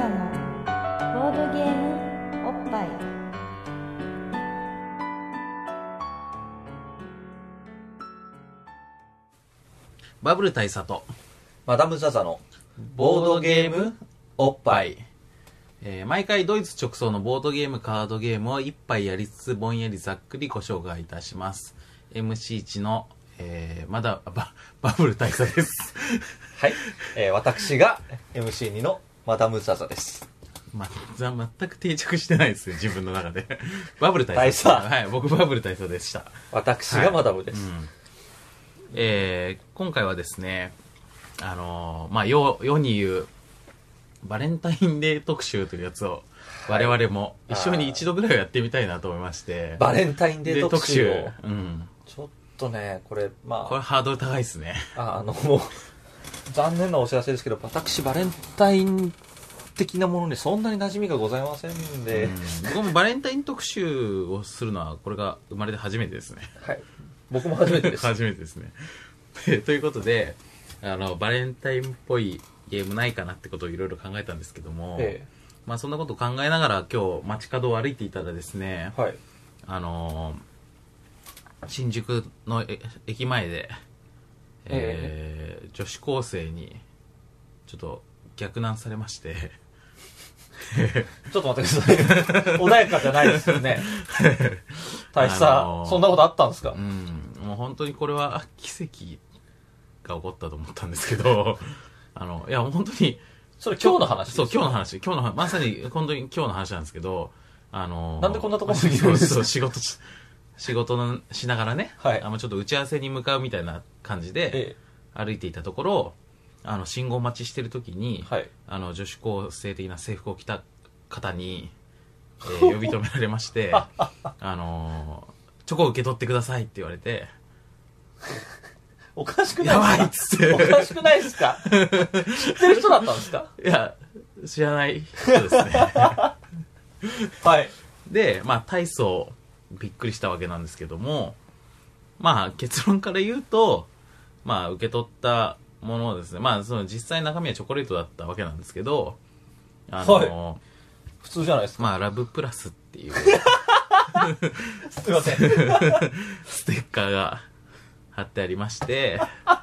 のボードゲームおっぱい。 バブル大佐とマダム・ザ・ザのボードゲームおっぱい。 毎回ドイツ直送のボードゲームカードゲームを一杯やりつつぼんやりざっくりご紹介いたします。 MC1 の、バブル大佐ですはい、私が MC2 のマダム・ザ・ザです。 全く定着してないですよ自分の中でバブル大佐。はい、僕バブル大佐でした。 私がマダムです、 今回はですね、世に言うバレンタインデー特集というやつを我々も一緒に一度ぐらいはやってみたいなと思いまして、 バレンタインデー特集を、ちょっとね、これこれハードル高いですね。 もう残念なお知らせですけど、私バレンタイン的なものにそんなに馴染みがございませんで、 僕もバレンタイン特集をするのはこれが生まれて初めてですね。 はい、僕も初めてです初めてですねということでバレンタインっぽいゲームないかなってことをいろいろ考えたんですけども、そんなことを考えながら今日街角を歩いていたらですね、 はい、 新宿の駅前で、女子高生にちょっと逆難されましてちょっと待ってください穏やかじゃないですよね大佐、そんなことあったんですか？ もう本当にこれは奇跡が起こったと思ったんですけどいや本当にそれ今日の話ですよね。 そう、今日の話、まさに本当に今日の話なんですけど、 なんでこんなところにいるんですか？ そう仕事のしながらね、 はい、 ちょっと打ち合わせに向かうみたいな感じで歩いていたところ、信号待ちしてる時に、 はい、 女子高生的な制服を着た方に、呼び止められましてチョコを受け取ってくださいって言われておかしくないですか？ やばいっつっておかしくないですか？知ってる人だったんですか？ いや知らない人ですねはいで大層びっくりしたわけなんですけども、結論から言うと受け取ったものをですね、その実際中身はチョコレートだったわけなんですけど、 はい、普通じゃないですか。 ラブプラスっていうすいませんステッカーが貼ってありまして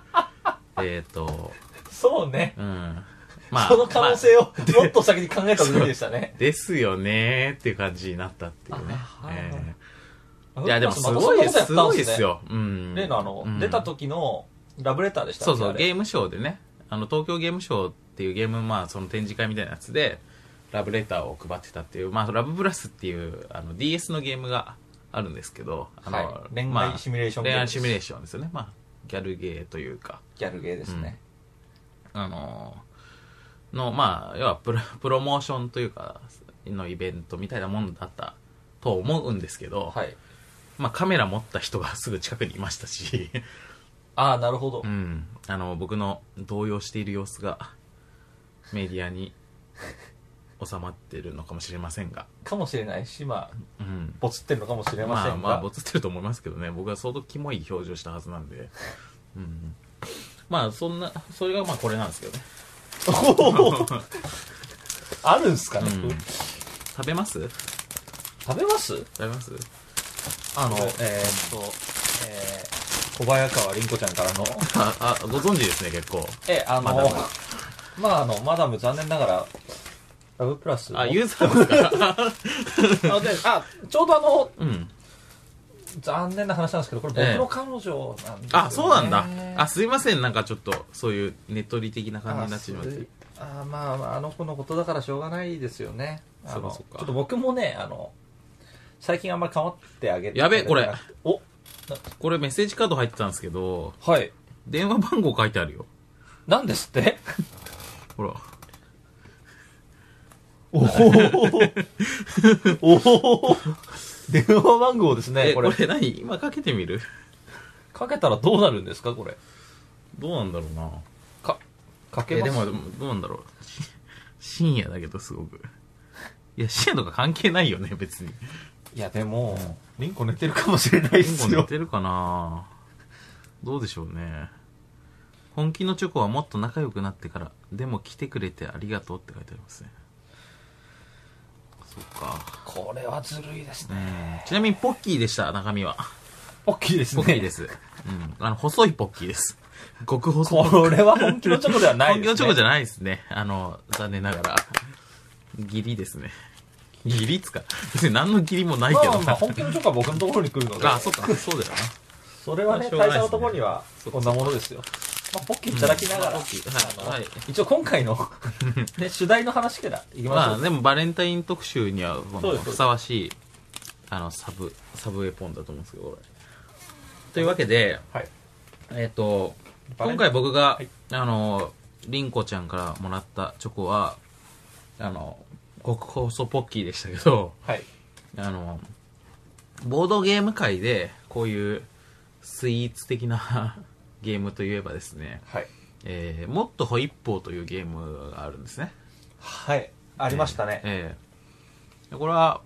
そうね、 その可能性をもっと先に考えた方がいいでしたねですよねーっていう感じになったっていうね。いやでもすごごいですよ。 例の出た時のラブレターでしたね。 そうゲームショーでね、東京ゲームショーっていうゲームその展示会みたいなやつでラブレターを配ってたっていう、ラブプラスっていうDS のゲームがあるんですけど、 恋愛シミュレーションゲーム、 恋愛シミュレーションですよね。ギャルゲーというかギャルゲーですね。 要はプロモーションというかのイベントみたいなものだったと思うんですけど、カメラ持った人がすぐ近くにいましたしなるほど。 僕の動揺している様子がメディアに収まってるのかもしれませんが、 かもしれないし、ボツってるのかもしれませんが、 ボツってると思いますけどね。僕は相当キモい表情したはずなんで、それがこれなんですけどねあるんすかね、 食べます？ 小早川凛子ちゃんからのご存知ですね、結構。 マダム残念ながらラブプラスユーザーですかちょうど残念な話なんですけど、これ僕の彼女なんですよね。 そうなんだ。すいません、ちょっとそういうネットリ的な感じになってしまって。 あの子のことだからしょうがないですよね。ちょっと僕もね、最近あんまり構ってあげて。 やべ、これメッセージカード入ってたんですけど、 はい、 電話番号書いてあるよ。 なんですってほらおお電話番号ですね。 これ何？今かけてみる？ かけたらどうなるんですか？これどうなんだろうな。 かけます？ でもどうなんだろう深夜だけどすごく、いや深夜とか関係ないよね別に。 いやでもリンコ寝てるかもしれないですよ。 リンコ寝てるかな。どうでしょうね。本気のチョコはもっと仲良くなってから、でも来てくれてありがとうって書いてありますね。 そっか。 これはずるいですね。 ちなみにポッキーでした、中身は。 大きいですね。 ポッキーです。細いポッキーです。極細ポッキー。 これは本気のチョコではないですね。 本気のチョコじゃないですね。残念ながら。義理ですね。義理っつか。別に何の義理もないけどな。 本気のチョコは僕のところに来るので。 あ、そっか、そうだよな。 それはね、会社のところにはこんなものですよ。ポッキーいただきながら、一応今回の、ね、主題の話からいきましょう。 でもバレンタイン特集にはふさわしい、サブウェポンだと思うんですけど、これ。というわけで、今回僕が、りんこちゃんからもらったチョコは、極細ポッキーでしたけど、 はい。 ボードゲーム界で、こういうスイーツ的なゲームといえばですね、 はい。 もっとホイッポーというゲームがあるんですね。 はい。ありましたね。 これは、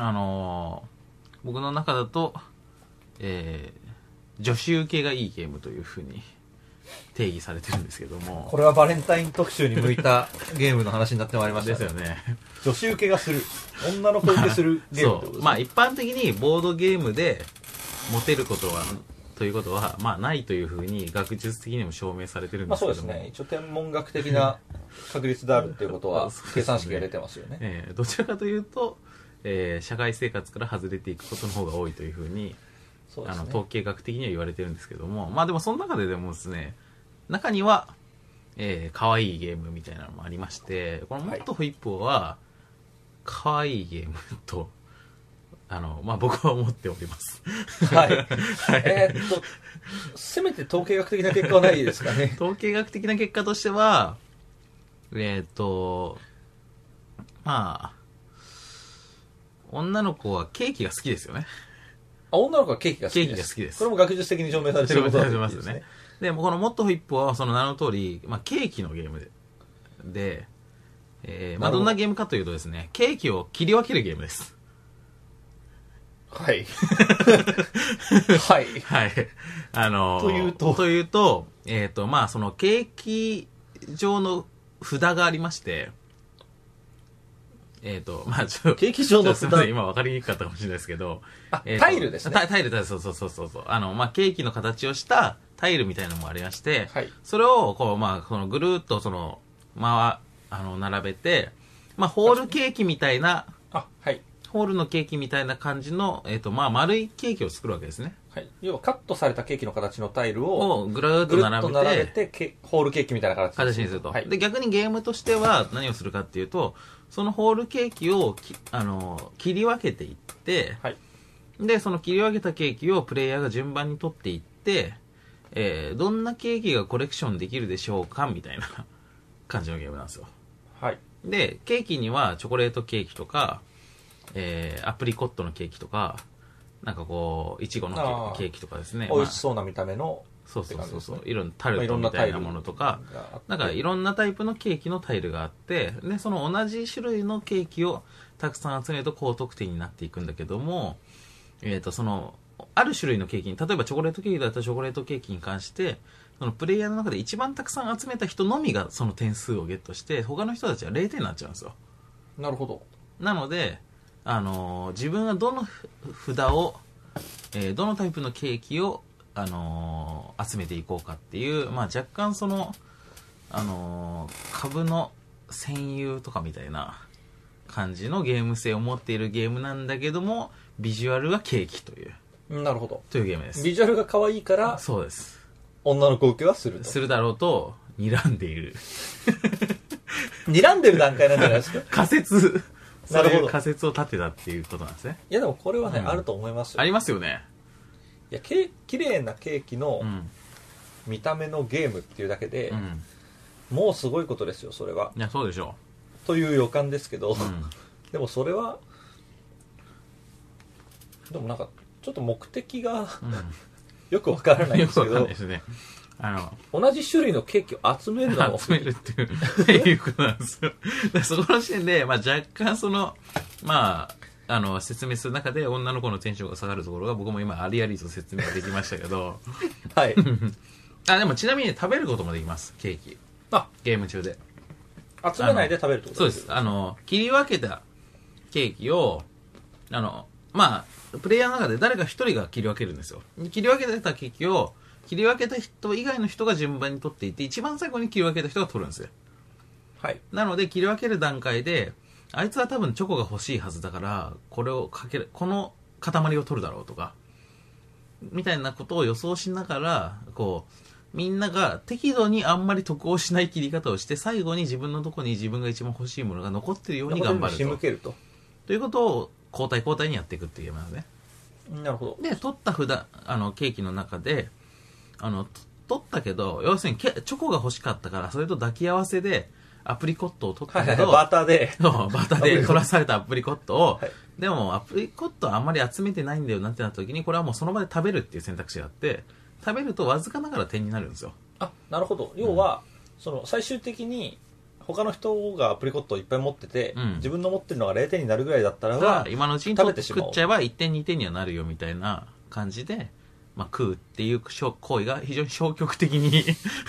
僕の中だと、女子受けがいいゲームというふうに定義されてるんですけども。 これはバレンタイン特集に向いたゲームの話になってまいりましたね。 ですよね。 女子受けがする。女の子受けするゲームってことですね。 一般的にボードゲームでモテることは、ということは、ないというふうに学術的にも証明されてるんですけども。 そうですね。一応天文学的な確率であるっていうことは、計算式が出てますよね。 どちらかというと、社会生活から外れていくことの方が多いというふうに、統計学的には言われてるんですけども、でもその中でもですね、中には、可愛いゲームみたいなのもありまして、このもっとホイップは、可愛いゲームと、僕は思っております。 はい。せめて統計学的な結果はないですかね。 統計学的な結果としては、女の子はケーキが好きですよね。 女の子はケーキが好きです。 ケーキが好きです。 これも学術的に証明されてることだと思いますね。 で、このもっとホイップはその名の通り、ケーキのゲームで、どんなゲームかというとですね、ケーキを切り分けるゲームです。 はい。はい。 はい。というと、そのケーキ上の札がありまして、ケーキ上の札。 今分かりにくかったかもしれないですけど、 タイルですね。 タイル、そう。ケーキの形をしたタイルみたいなのもありまして、 はい、 それを、このぐるーっと、並べて、ホールケーキみたいな、 はい。 ホールのケーキみたいな感じの、丸いケーキを作るわけですね。 はい。要はカットされたケーキの形のタイルをぐるーっと並べてホールケーキみたいな形にすると、 はい。 で、逆にゲームとしては何をするかっていうと、そのホールケーキを切り分けていって、 はい。 で、その切り分けたケーキをプレイヤーが順番に取っていって、どんなケーキがコレクションできるでしょうかみたいな感じのゲームなんですよ。 はい。 で、ケーキにはチョコレートケーキとか、アプリコットのケーキとか、いちごのケーキとかですね。 美味しそうな見た目の、 そう。いろんなタルトみたいなものとか、いろんなタイプのケーキのタイルがあって、で、その同じ種類のケーキをたくさん集めると高得点になっていくんだけども、ある種類のケーキに、例えばチョコレートケーキだったらチョコレートケーキに関して、そのプレイヤーの中で一番たくさん集めた人のみがその点数をゲットして、他の人たちは0点になっちゃうんですよ。 なるほど。 なので、自分はどの札を、どのタイプのケーキを、集めていこうかっていう、若干株の占有とかみたいな感じのゲーム性を持っているゲームなんだけども、ビジュアルはケーキという。 なるほど。 というゲームです。 ビジュアルが可愛いから、 そうです。 女の子受けはすると。 するだろうと、睨んでいる。 睨んでる段階なんじゃないですか。 仮説。 なるほど。 仮説を立てたっていうことなんですね。 いやでもこれはね、あると思いますよ。 ありますよね。 いや、綺麗なケーキの見た目のゲームっていうだけで、もうすごいことですよ、それは。 いや、そうでしょう。という予感ですけど、でもそれは、でもちょっと目的が、よくわからないんですけど、 よくわかんないですね。 同じ種類のケーキを集めるのも集めるっていうことなんですよ。そこの時点で、若干説明する中で女の子のテンションが下がるところが僕も今ありありと説明できましたけど。 はい。 でもちなみに食べることもできます、ケーキ。ゲーム中で。 集めないで食べるってことですか？そうです。切り分けたケーキを、まあ、プレイヤーの中で誰か一人が切り分けるんですよ。切り分けたケーキを、切り分けた人以外の人が順番に取っていて、一番最後に切り分けた人が取るんですよ。 はい。 なので、切り分ける段階で、あいつは多分チョコが欲しいはずだから、この塊を取るだろうとか、みたいなことを予想しながら、こう、みんなが適度にあんまり得をしない切り方をして、最後に自分のとこに自分が一番欲しいものが残ってるように頑張ると。 仕向けると。 ということを交代にやっていくっていうゲームなんですね。 なるほど。 で、取ったケーキの中で、取ったけど、要するにチョコが欲しかったから、それと抱き合わせで、アプリコットを取ったけど、 バターで。 そう、バターで取らされたアプリコットを、 はい、 でもアプリコットはあんまり集めてないんだよなってなった時に、これはもうその場で食べるっていう選択肢があって、食べるとわずかながら点になるんですよ。 あ、なるほど。要は、最終的に、他の人がアプリコットをいっぱい持ってて、自分の持ってるのが0点になるぐらいだったらば、 今のうちに作っちゃえば1点2点にはなるよみたいな感じで、まあ、食うっていう行為が非常に消極的に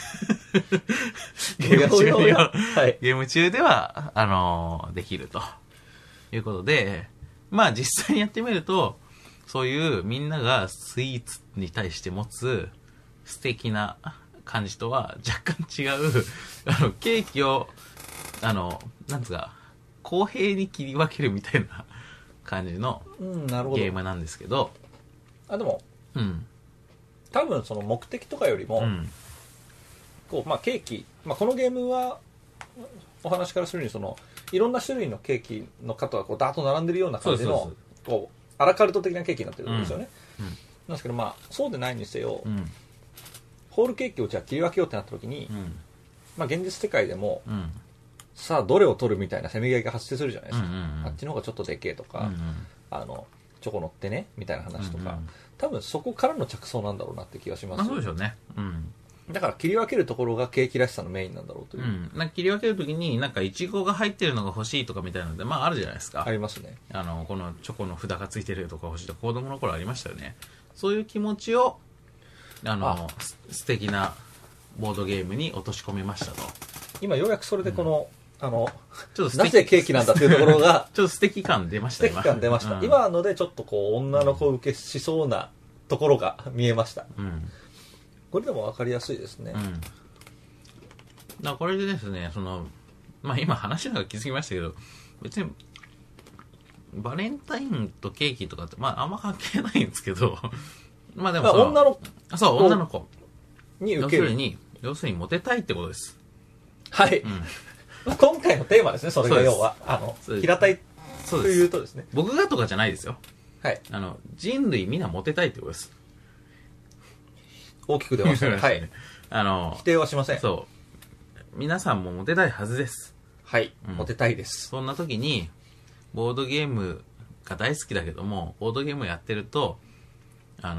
ゲーム中では、できるということで、まあ実際にやってみると、そういうみんながスイーツに対して持つ素敵な感じとは若干違う、ケーキを、なんつうか、公平に切り分けるみたいな感じのゲームなんですけど、 でも、多分その目的とかよりも、こうまあ、ケーキ、まあ、このゲームはお話からするにいろんな種類のケーキの型がこうダーッと並んでるような感じのこうアラカルト的なケーキになってるんですよね、なんですけど、まあ、そうでないにせよ、ホールケーキをじゃあ切り分けようってなった時に、まあ、現実世界でも、さあどれを取るみたいなせめぎ合いが発生するじゃないですか、あっちの方がちょっとでけえとか、チョコ乗ってねみたいな話とか、多分そこからの着想なんだろうなって気がします、 そうでしょうね、 だから切り分けるところがケーキらしさのメインなんだろうという、 なんか切り分けるときになんかイチゴが入ってるのが欲しいとかみたいなので、まああるじゃないですか。 ありますね。 このチョコの札がついてるとか欲しいとか子供の頃ありましたよね。そういう気持ちを素敵なボードゲームに落とし込みましたと。 今ようやくそれでこの、 ちょっとなぜケーキなんだっていうところがちょっと素敵感出ました。 素敵感出ました、今のでちょっとこう女の子受けしそうなところが見えました、これでも分かりやすいですね、 だこれでですね、まあ今話しながら気づきましたけど、別にバレンタインとケーキとかってまああんま関係ないんですけどまあでも女の子に受ける要するにモテたいってことです。 はい、今回のテーマですね。それが要は平たいというとですね、 僕がとかじゃないですよ。 はい、 人類みんなモテたいってことです。 大きく出ましたね。はい、否定はしません。 そう皆さんもモテたいはずです。 はい、モテたいです。 そんな時にボードゲームが大好きだけども、ボードゲームをやってるとだ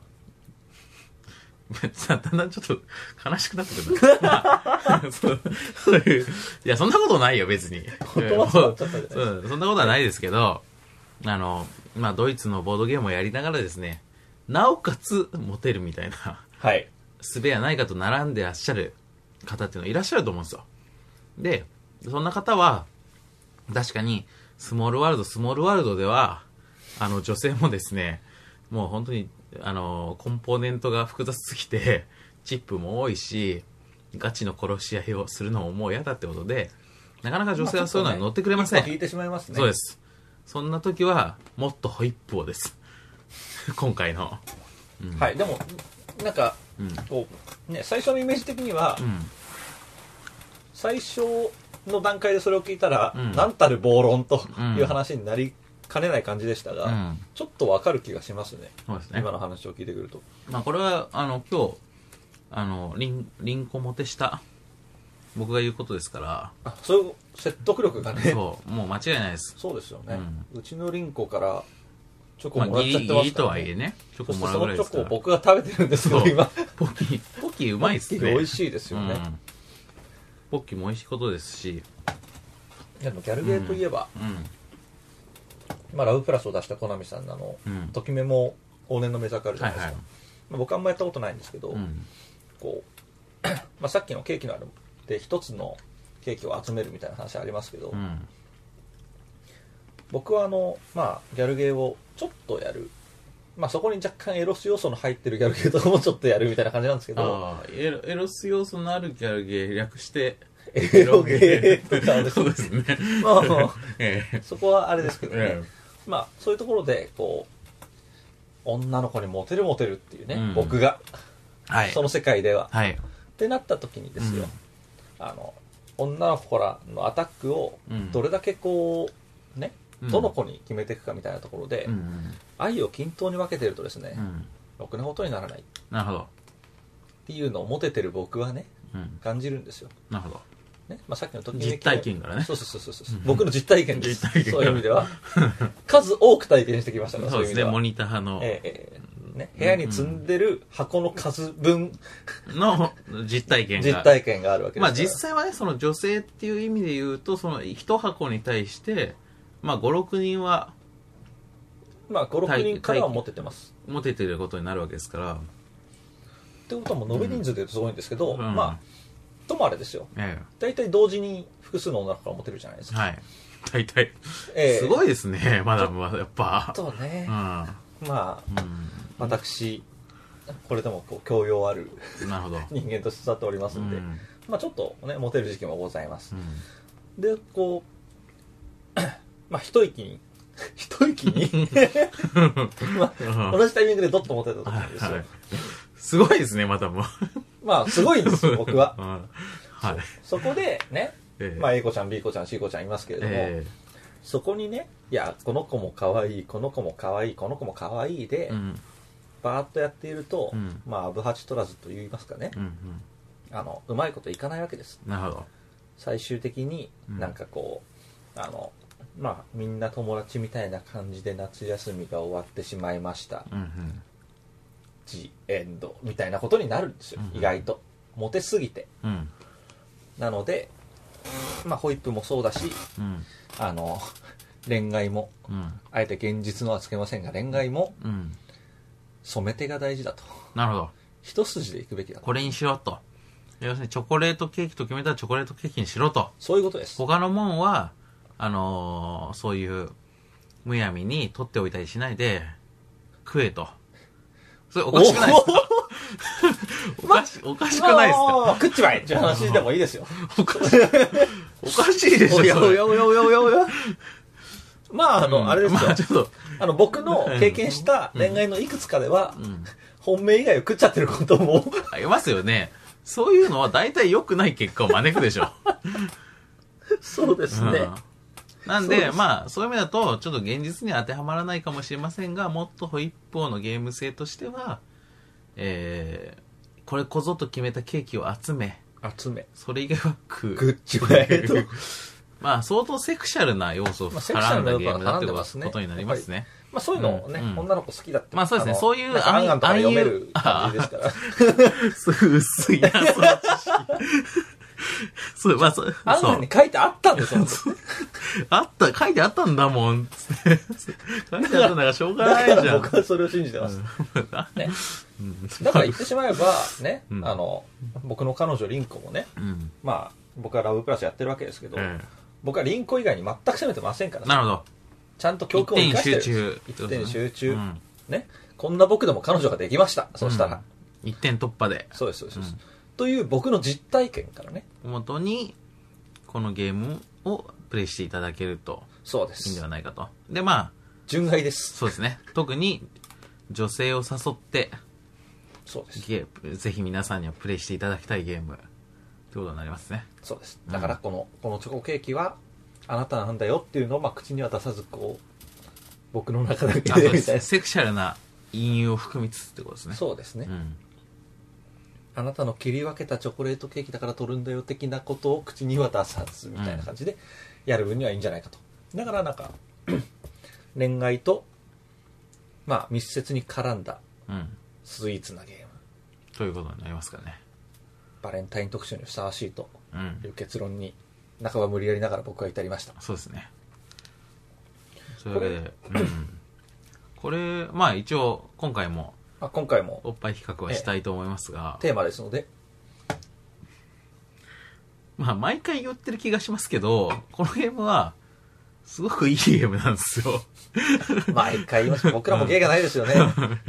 んだんちょっと悲しくなってくるそういう、いやそんなことないよ別にそんなことはないですけど、まあドイツのボードゲームをやりながらですね、なおかつモテるみたいな、 はい、 術やないかと並んでらっしゃる方っていうのいらっしゃると思うんですよ。でそんな方は確かにスモールワールドでは女性もですね、もう本当にコンポーネントが複雑すぎてチップも多いしガチの殺し合いをするのももう嫌だってことで、なかなか女性はそういうのは乗ってくれません。 引いてしまいますね。 そうです。そんな時はもっとホイップをです今回の、 はい。でもなんか、こうね、最初のイメージ的には、最初の段階でそれを聞いたら、なんたる暴論という話になりかねない感じでしたが、ちょっとわかる気がしますね。 そうですね。 今の話を聞いてくると。 まあこれは今日リンコモテした僕が言うことですから。 そういう説得力がね。 そうもう間違いないです。 そうですよね。うちのリンコからチョコもらっちゃってますからね。 ギリとはいえね、チョコもらうぐらいですから。 そのチョコを僕が食べてるんですけど今。 ポッキーうまいっすね。 ポッキー美味しいですよね。 ポッキーも美味しいことですし。 でもギャルゲーといえば。ラブプラスを出したコナミさんのときめも往年の名作あるじゃないですか、僕あんまやったことないんですけど、こうさっきのケーキのあるで一つのケーキを集めるみたいな話ありますけど、 僕はまあギャルゲーをちょっとやる、まあそこに若干エロス要素の入ってるギャルゲーとかもちょっとやるみたいな感じなんですけど、 ああ、エロス要素のあるギャルゲー略してエロゲーとかですそうですね。 まあまあええそこはあれですけどね、 えまあそういうところでこう女の子にモテるっていうね、 うん僕が、 はい。 その世界では、 はい。 ってなった時にですよ、女の子からのアタックをうんどれだけこうね、 うんどの子に決めていくかみたいなところで、 うん愛を均等に分けてるとですね、 うん。 ろくなことにならないっなるほど。 ていうのをモテてる僕はねうん。 感じるんですよ、 なるほど。 ねまあ、さっきのときめきの実体験からねそうそうそうそう、僕の実体験です、 実体験そういう意味では数多く体験してきましたから、 そうですね。 いう意味ではモニターの、 ね、部屋に積んでる箱の数分、 の実体験が。 実体験があるわけですから、 まあ実際はね、その女性っていう意味で言うと、その一箱に対して、まあ5、6人はまあ5、6人からはモテてますモテてることになるわけですから。 ってことはもう延べ人数で言うとすごいんですけど、 うんまあともあれですよ、 え大体同時に複数の女の子がモテるじゃないですか、 えはい。大体。 ええすごいですね、マダムは、やっぱ。 とね、 うん。 まあうん。 私これでもこう教養あるなるほど。 人間として育っておりますんで、 うんまあちょっとねモテる時期もございますう、んでこうまあ一息にまあ同じタイミングでドッとモテた時にですよ、 はい。すごいですね、マダムは。 まあすごいんですよ僕はうんはい。 そこでね、 ええまあ A 子ちゃん B 子ちゃん C 子ちゃんいますけれども、 えそこにね、いやこの子も可愛いこの子も可愛いこの子も可愛いで、 えうん。 バーッとやっていると、 うんまあアブハチ取らずと言いますかね、 うん。 うまいこといかないわけです。 なるほど。 最終的にうんなんかこう、まあみんな友達みたいな感じで夏休みが終わってしまいましたうんうん。 ジエンドみたいなことになるんですよ、 うん意外とモテすぎて。 うん。 なのでまあホイップもそうだし、 うん。 恋愛もうん。 あえて現実のはつけませんが恋愛もうん。 染め手が大事だと、 なるほど。 一筋でいくべきだと、 これにしろと。要するにチョコレートケーキと決めたらチョコレートケーキにしろと。 そういうことです。 他のもんは、そういう、むやみに取っておいたりしないで、食えと。それおかしくないですかおかしくないですか、 まあ食っちまえっていう話でもいいですよおかしいでしょ、 おやそれおやおやおやおやおやまあうんあれですよ、 まあちょっと、 僕の経験した恋愛のいくつかでは、 うん。 本命以外を食っちゃってることもありますよね。そういうのは大体良くない結果を招くでしょ。 そうですね、 うんなんで、 そうですまあ、そういう意味だと、ちょっと現実には当てはまらないかもしれませんが、もっと一方のゲーム性としては、これこぞと決めたケーキを集め、 集めそれ以外は食う。 食っちまえとまあ、相当セクシャルな要素をまあセクシャ絡んだルな要素はゲームだって絡んでますねことになりますね。 まあそういうのをね、 うん女の子好きだってまあそうですねそういうなんかアンガンとか読める感じですからすぐ薄いな、その知識。そう、まあ、そう。 アンガンに書いてあったんですよ書いてあったんだもん、つって。書いてあったんだからしょうがだからないじゃん。 僕はそれを信じてます、ね、 うんだから言ってしまえばね、 うん僕の彼女リンコもね、 うん。 まあ僕はラブプラスやってるわけですけど、 え僕はリンコ以外に全く攻めてませんからえなるほど。 ちゃんと教訓を生かしてる一点集中一点集中、 うんね、こんな僕でも彼女ができました、そしたら一点突破で。 そうですそうです、 うんという僕の実体験からね、 元に、このゲームをプレイしていただけるとそうでいいんすではないかと。で、まあ、 純愛ですそうですね。特に女性を誘って、 そうですぜひ皆さんにはプレイしていただきたいゲーム。ということになりますね。 そうです。だからこのチョコケーキはあなたなんだよっていうのをまあ口には出さずこう僕の中だけあとでみたいな。 セクシャルな隠喩を含みつつってことですね。 そうですね、 うん。 あなたの切り分けたチョコレートケーキだから取るんだよ的なことを口には出さずみたいな感じでやる分にはいいんじゃないかと。だからなんか恋愛とまあ密接に絡んだうん。 スイーツなゲーム、 ということになりますかね。 バレンタイン特集にふさわしいとうんい。う結論に半ば無理やりながら僕は至りました。 そうですね。それで、これ、まあ一応、今回もまあ、今回もおっぱい比較はしたいと思いますが、 テーマですのでまあ毎回言ってる気がしますけど、このゲームは、 すごくいいゲームなんですよ。 毎回言いますけど、僕らも芸がないですよね。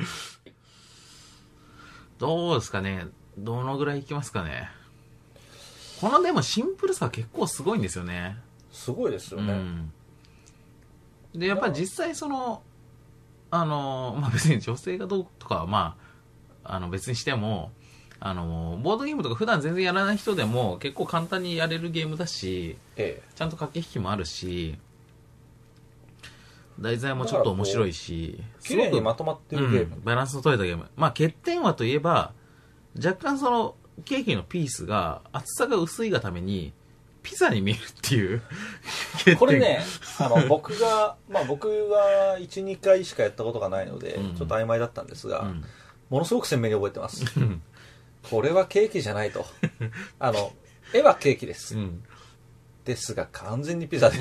どうですかね。どのぐらいいきますかね。このでもシンプルさは結構すごいんですよね。 すごいですよね。 うん、で、やっぱり実際まあ、別に女性がどうとかはまあ、別にしても、ボードゲームとか普段全然やらない人でも結構簡単にやれるゲームだし、ちゃんと駆け引きもあるし、題材もちょっと面白いし、 綺麗にまとまってるゲーム、 バランスの取れたゲーム。まあ欠点はといえば、若干ケーキのピースが厚さが薄いがためにピザに見えるっていう欠点。 これね、僕は 1,2 回しかやったことがないので、ちょっと曖昧だったんですが、ものすごく鮮明に覚えてます。これはケーキじゃないと。絵はケーキです。ですが完全にピザです。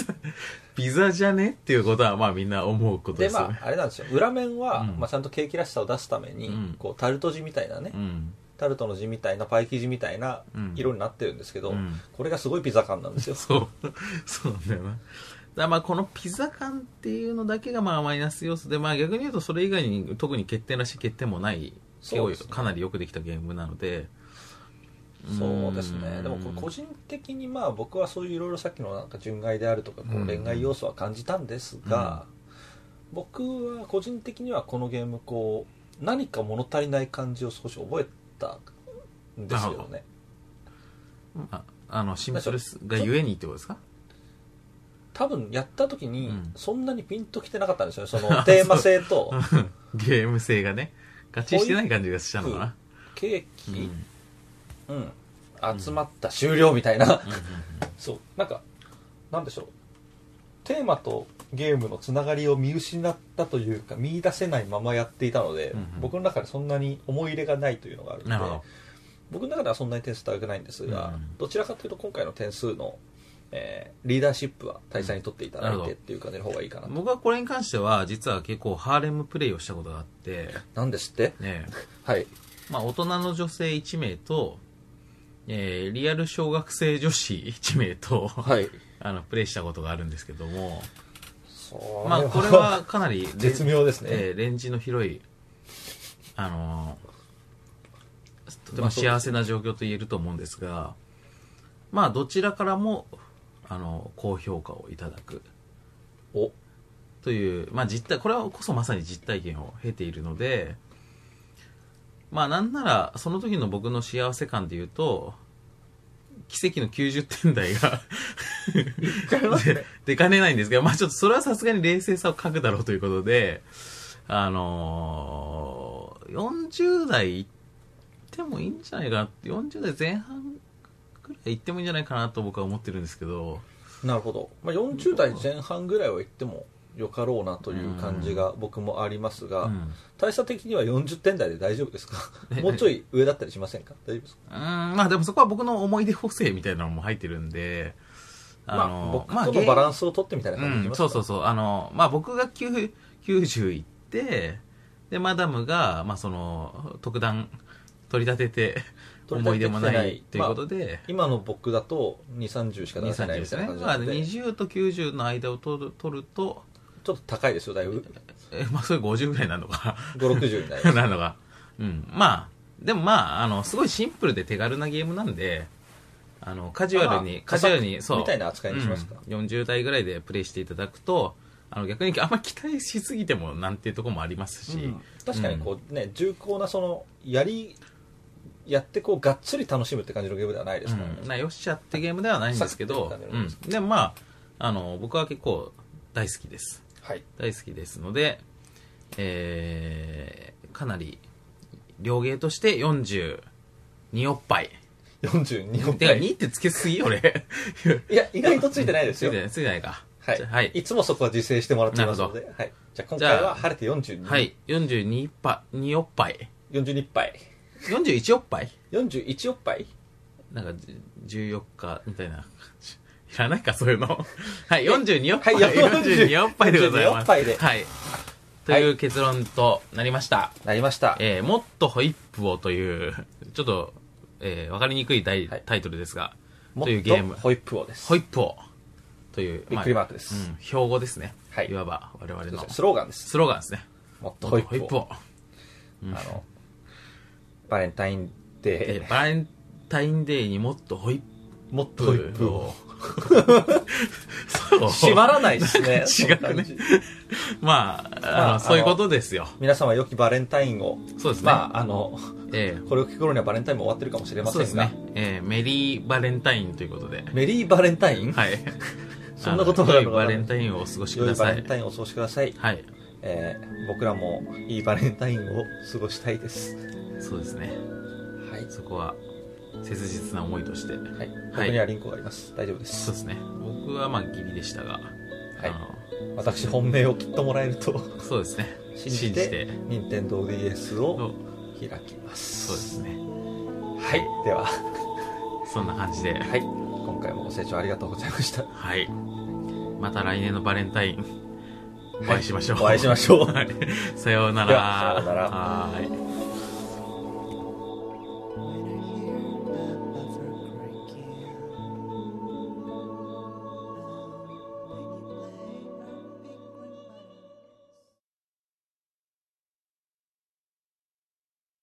ピザじゃねっていうことはまあみんな思うことですよね。 であれなんですよ。裏面は、ちゃんとケーキらしさを出すために、こうタルト地みたいなね、タルトの地みたいなパイ生地みたいな色になってるんですけど、これがすごいピザ感なんですよ。 そうなんだよな。だからまあこのピザ感っていうのだけがまあマイナス要素で、まあ逆に言うとそれ以外に特に欠点らしい欠点もない、かなりよくできたゲームなので。 そうですね。でもこれ個人的にまあ僕はそういういろいろさっきのなんか純愛であるとかこう恋愛要素は感じたんですが、僕は個人的にはこのゲームこう何か物足りない感じを少し覚えたんですよね。 シンプルがゆえにってことですか？ 多分やった時にそんなにピンときてなかったんですよね。そのテーマ性とゲーム性がね合致してない感じがしたのかな。 ケーキ、集まった終了みたいな、そうなんかなんでしょう、テーマとゲームのつながりを見失ったというか見出せないままやっていたので、僕の中でそんなに思い入れがないというのがあるので、僕の中ではそんなに点数高くないんですが、どちらかというと今回の点数の、リーダーシップは大佐に取っていただいてっていう感じの方がいいかなと。 僕はこれに関しては実は結構ハーレムプレイをしたことがあって。 なんですって、 ね、 はい。 まあ大人の女性1名とリアル小学生女子1名と、はい、プレイしたことがあるんですけども、まあこれはかなり絶妙ですね、 レンジの広いとても幸せな状況と言えると思うんですが、まあどちらからも高評価をいただくという、まあこれはこそまさに実体験を経ているので、まあなんならその時の僕の幸せ感で言うと奇跡の90点台が出かねないんですけど、まあちょっとそれはさすがに冷静さを欠くだろうということで、40代いってもいいんじゃないかな、40代前半くらいいってもいいんじゃないかなと僕は思ってるんですけど。 なるほど、まあ、40代前半ぐらいはいってもよかろうなという感じが僕もありますが、大差的には40点台で大丈夫ですか？もうちょい上だったりしませんか？大丈夫ですか？ まあでもそこは僕の思い出補正みたいなのも入ってるんで、 僕とのバランスを取ってみたいな感じでしますか？ そうまあ僕が90いって、でマダムがまあその特段取り立てて思い出もないということで、 今の僕だと2、30しか出せないみたいな感じなので、 20と90の間を取るとちょっと高いですよ、だいぶ。 まあそれ50ぐらいなのか 5、60になります。 なのか。まあでもまあすごいシンプルで手軽なゲームなんで、カジュアルにそうみたいな扱いにしますか。 40代ぐらいでプレイしていただくと、逆にあんまり期待しすぎてもなんていうところもありますし、 確かにこうね、重厚なそのやってこうがっつり楽しむって感じのゲームではないですからね。 よっしゃってゲームではないんですけど、でもまあ僕は結構大好きです。 はい、 大好きですので、かなり両ゲーとして42おっぱい。 42おっぱい。 てか2ってつけすぎ俺。 いや意外とついてないですよ。 ついてないか。 はい。いつもそこは自制してもらってますので、はい。じゃあ今回は晴れて42。 はい。42おっぱい。 42おっぱい。 41おっぱい ?41 おっぱいなんか14日みたいな。いらないかそういうの。はい。42おっぱい。42おっぱいでございます。 42おっぱいで。 はい。という結論となりました。 なりました。 もっとホイップをという、ちょっと、わかりにくいタイトルですが、というゲーム。 ホイップをです。 ホイップを。 という、 びっくりマークです。 標語ですね。 はい。 いわば我々のスローガンです。 スローガンですね。 もっとホイップを。バレンタインデー。 バレンタインデーにもっとホイップ。 もっとホイップを。 そう。 閉まらないですね。 違うね。まあ、そういうことですよ。 皆様良きバレンタインを。 そうですね。 まあ、これを聞く頃にはバレンタインも終わってるかもしれませんが。そうですね。メリーバレンタインということで。 メリーバレンタインはい。 そんなことがあるのかな。 良いバレンタインをお過ごしください。 良いバレンタインをお過ごしください。 はい。 僕らもいいバレンタインを過ごしたいです。 そうですね。 はい。 そこは切実な思いとして。はい。 僕にはリンクがあります。大丈夫です。 そうですね。僕はまあギリでしたが。はい。 私本命を切ってもらえると。 そうですね。 信じて任天堂 DS を開きます。 そうですね。 はい。では。 そんな感じで。 はい。今回もご清聴ありがとうございました。 はい。また来年のバレンタインお会いしましょう。 お会いしましょう。 さようなら。 さようなら。 はい。